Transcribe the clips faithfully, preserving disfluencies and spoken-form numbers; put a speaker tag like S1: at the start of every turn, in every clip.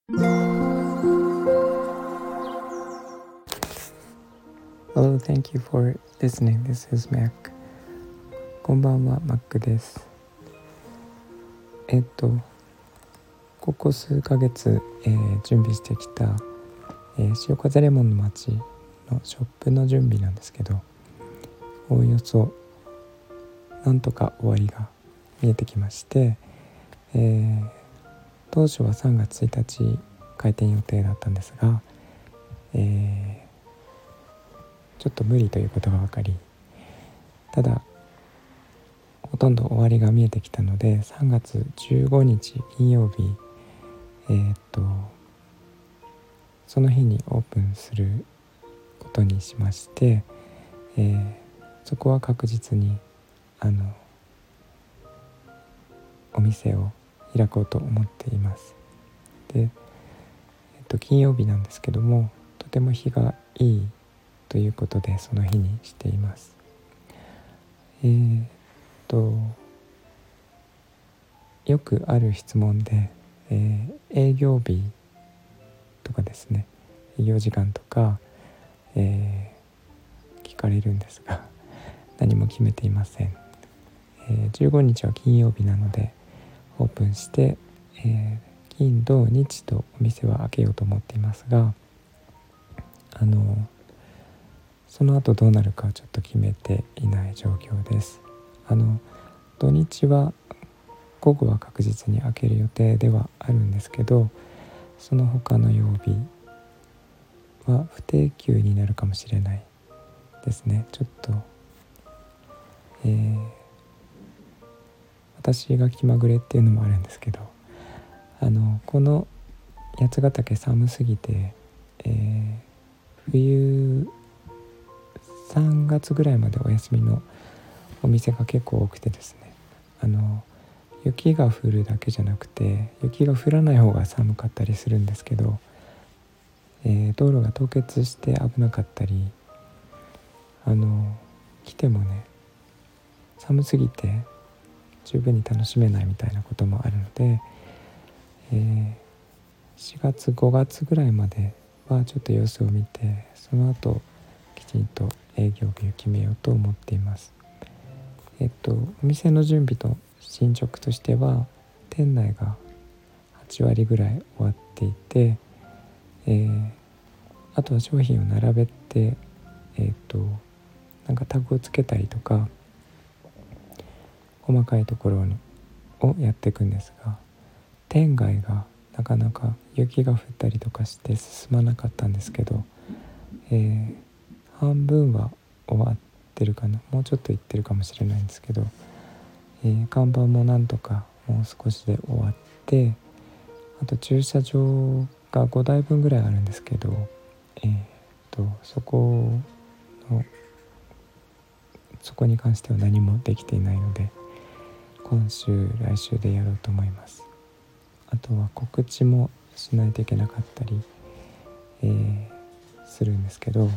S1: Hello, thank you for listening. This is Mac. こんばんは、Mac です。えっと、ここ数ヶ月、えー、準備してきた、えー、潮風レモンの街のショップの準備なんですけど、おおよそなんとか終わりが見えてきまして、えー、当初はさんがつついたち開店予定だったんですが、えーちょっと無理ということが分かり、ただほとんど終わりが見えてきたので、さんがつじゅうごにち金曜日、えー、っとその日にオープンすることにしまして、えー、そこは確実にあのお店を開こうと思っています。で、えっと、金曜日なんですけども、とても日がいいということでその日にしています。えー、っとよくある質問で、えー、営業日とかですね、営業時間とか、えー、聞かれるんですが、何も決めていません。えー、じゅうごにちは金曜日なのでオープンして、えー、金土日とお店は開けようと思っていますが、あのその後どうなるかはちょっと決めていない状況です。あの土日は午後は確実に開ける予定ではあるんですけど、その他の曜日は不定休になるかもしれないですね。ちょっと、えー、私が気まぐれっていうのもあるんですけど、あのこの八ヶ岳寒すぎて、えー、冬さんがつぐらいまでお休みのお店が結構多くてですね、あの雪が降るだけじゃなくて、雪が降らない方が寒かったりするんですけど、えー、道路が凍結して危なかったり、あの来てもね、寒すぎて十分に楽しめないみたいなこともあるので、えー、しがつごがつぐらいまではちょっと様子を見て、その後きちんと営業日を決めようと思っています。えっとお店の準備と進捗としては、店内がはちわりぐらい終わっていて、えー、あとは商品を並べて、えっとなんかタグをつけたりとか細かいところをやっていくんですが、店外がなかなか雪が降ったりとかして進まなかったんですけど、えー、半分は終わってるかな、もうちょっと行ってるかもしれないんですけど、えー、看板もなんとかもう少しで終わって、あと駐車場がごだいぶんぐらいあるんですけど、えー、とそこのそこに関しては何もできていないので、今週来週でやろうと思います。あとは告知もしないといけなかったり、えー、するんですけど、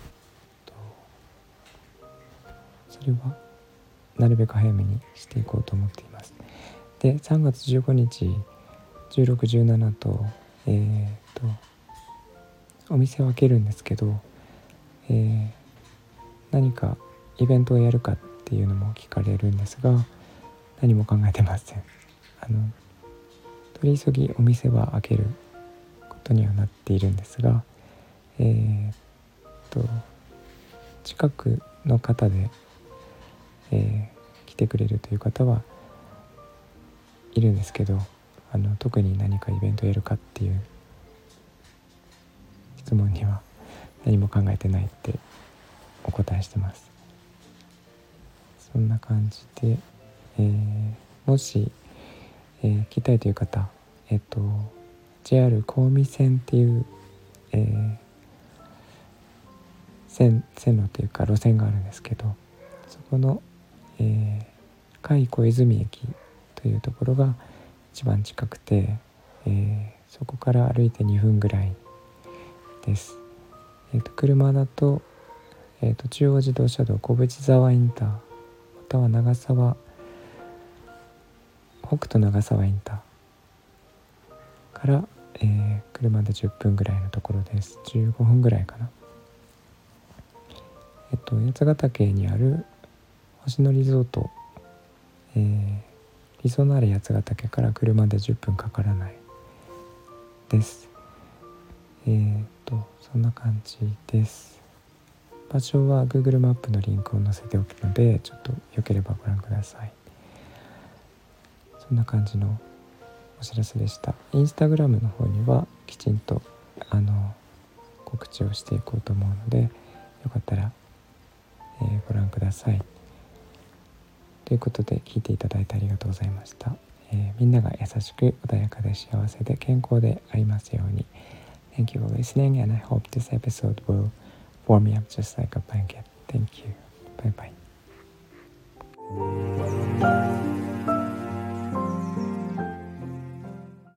S1: それはなるべく早めにしていこうと思っています。で、さんがつじゅうごにち、じゅうろく、じゅうななと、えー、とお店を開けるんですけど、えー、何かイベントをやるかっていうのも聞かれるんですが、何も考えてません。あの取り急ぎお店は開けることにはなっているんですが、えー、と近くの方で、えー、来てくれるという方はいるんですけど、あの特に何かイベントやるかっていう質問には何も考えてないってお答えしてます。そんな感じで、えー、もし、えー、来たいという方、えっと ジェイアール 小海線っていう、えー、線線路というか路線があるんですけど、そこの、えー、甲斐小泉駅というところが一番近くて、えー、そこから歩いてにふんぐらいです。えー、と車だと、えー、と中央自動車道小淵沢インター、または長沢北斗長沢インターから、 えー、車でじゅっぷんぐらいのところです。じゅうごふんぐらいかな。えっと八ヶ岳にある星野リゾート、えー、リゾナーレ八ヶ岳から車でじゅっぷんかからないです。えー、っとそんな感じです。場所は Google マップのリンクを載せておくので、ちょっとよければご覧ください。そんな感じのお知らせでした。インスタグラムの方にはきちんとあの告知をしていこうと思うので、よかったら、えー、ご覧ください。ということで、聞いていただいてありがとうございました。えー、みんなが優しく穏やかで幸せで健康でありますように。Thank you for listening, and I hope this episode will warm me up just like a blanket. Thank you. Bye bye.